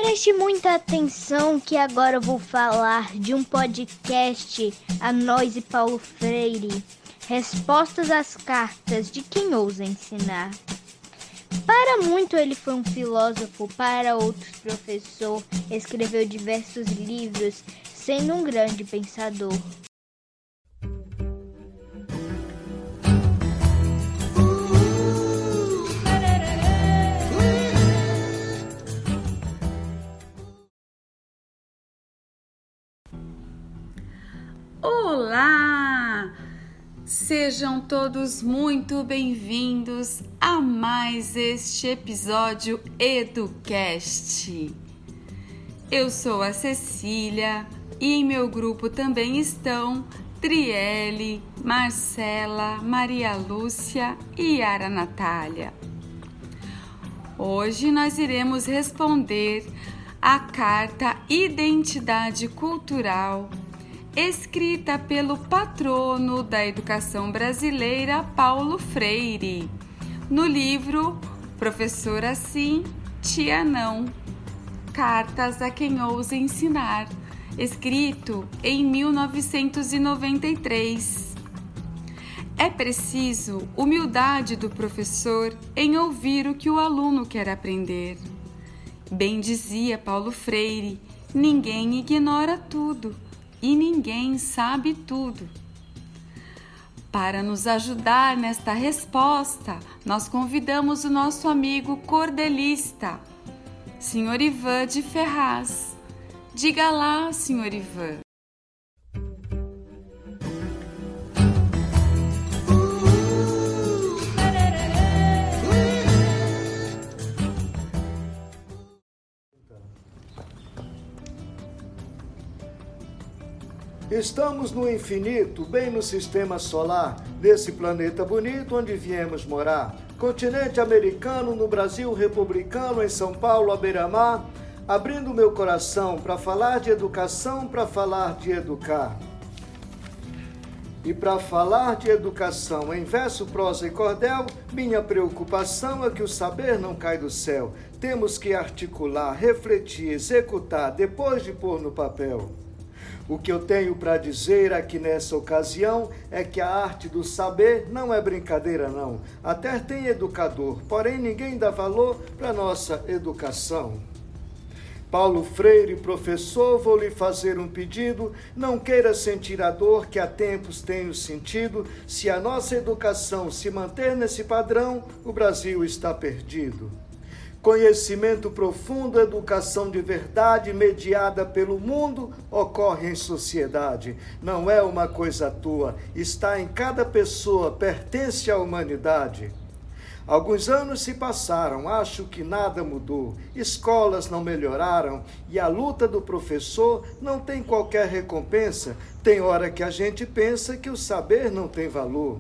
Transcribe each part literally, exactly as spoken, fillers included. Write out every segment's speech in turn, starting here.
Preste muita atenção que agora eu vou falar de um podcast a nós e Paulo Freire. Respostas às cartas de quem ousa ensinar. Para muito ele foi um filósofo, para outros professor, escreveu diversos livros, sendo um grande pensador. Olá! Sejam todos muito bem-vindos a mais este episódio EduCast. Eu sou a Cecília e em meu grupo também estão Triele, Marcela, Maria Lúcia e Yara Natália. Hoje nós iremos responder a carta Identidade Cultural, escrita pelo patrono da educação brasileira, Paulo Freire, no livro Professora Sim, Tia Não, Cartas a Quem Ousa Ensinar, escrito em mil novecentos e noventa e três. É preciso humildade do professor em ouvir o que o aluno quer aprender. Bem dizia Paulo Freire, ninguém ignora tudo e ninguém sabe tudo. Para nos ajudar nesta resposta, nós convidamos o nosso amigo cordelista, senhor Ivan de Ferraz. Diga lá, senhor Ivan. Estamos no infinito, bem no sistema solar, nesse planeta bonito onde viemos morar. Continente americano, no Brasil republicano, em São Paulo, à beira-mar, abrindo meu coração para falar de educação, para falar de educar. E para falar de educação em verso, prosa e cordel, minha preocupação é que o saber não cai do céu. Temos que articular, refletir, executar, depois de pôr no papel. O que eu tenho para dizer aqui nessa ocasião é que a arte do saber não é brincadeira não. Até tem educador, porém ninguém dá valor para nossa educação. Paulo Freire, professor, vou lhe fazer um pedido, não queira sentir a dor que há tempos tenho sentido. Se a nossa educação se manter nesse padrão, o Brasil está perdido. Conhecimento profundo, educação de verdade, mediada pelo mundo, ocorre em sociedade. Não é uma coisa à toa, está em cada pessoa, pertence à humanidade. Alguns anos se passaram, acho que nada mudou. Escolas não melhoraram e a luta do professor não tem qualquer recompensa. Tem hora que a gente pensa que o saber não tem valor.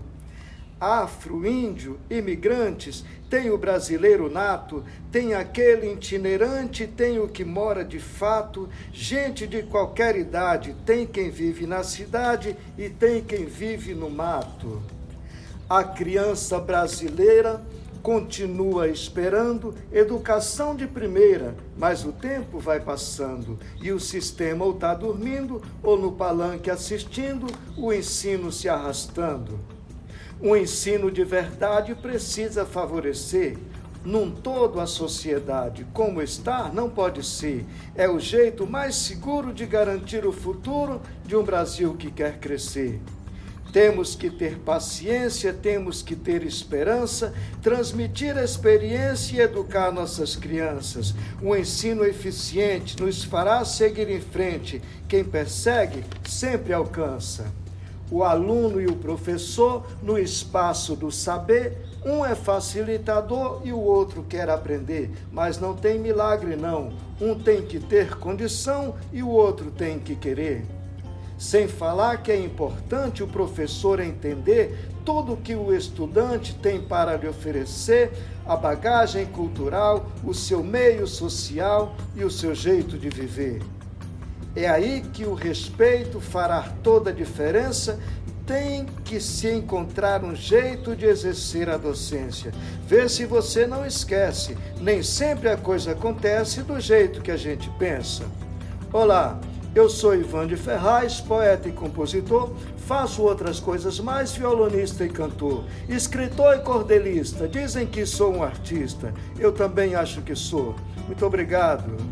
Afro, índio, imigrantes, tem o brasileiro nato, tem aquele itinerante, tem o que mora de fato, gente de qualquer idade, tem quem vive na cidade e tem quem vive no mato. A criança brasileira continua esperando educação de primeira, mas o tempo vai passando e o sistema ou está dormindo ou no palanque assistindo, o ensino se arrastando. Um ensino de verdade precisa favorecer, num todo a sociedade. Como está, não pode ser. É o jeito mais seguro de garantir o futuro de um Brasil que quer crescer. Temos que ter paciência, temos que ter esperança, transmitir a experiência e educar nossas crianças. Um ensino eficiente nos fará seguir em frente. Quem persegue sempre alcança. O aluno e o professor, no espaço do saber, um é facilitador e o outro quer aprender, mas não tem milagre não. Um tem que ter condição e o outro tem que querer. Sem falar que é importante o professor entender tudo que o estudante tem para lhe oferecer, a bagagem cultural, o seu meio social e o seu jeito de viver. É aí que o respeito fará toda a diferença, tem que se encontrar um jeito de exercer a docência. Vê se você não esquece, nem sempre a coisa acontece do jeito que a gente pensa. Olá, eu sou Ivan de Ferraz, poeta e compositor, faço outras coisas mais, violonista e cantor, escritor e cordelista. Dizem que sou um artista, eu também acho que sou. Muito obrigado.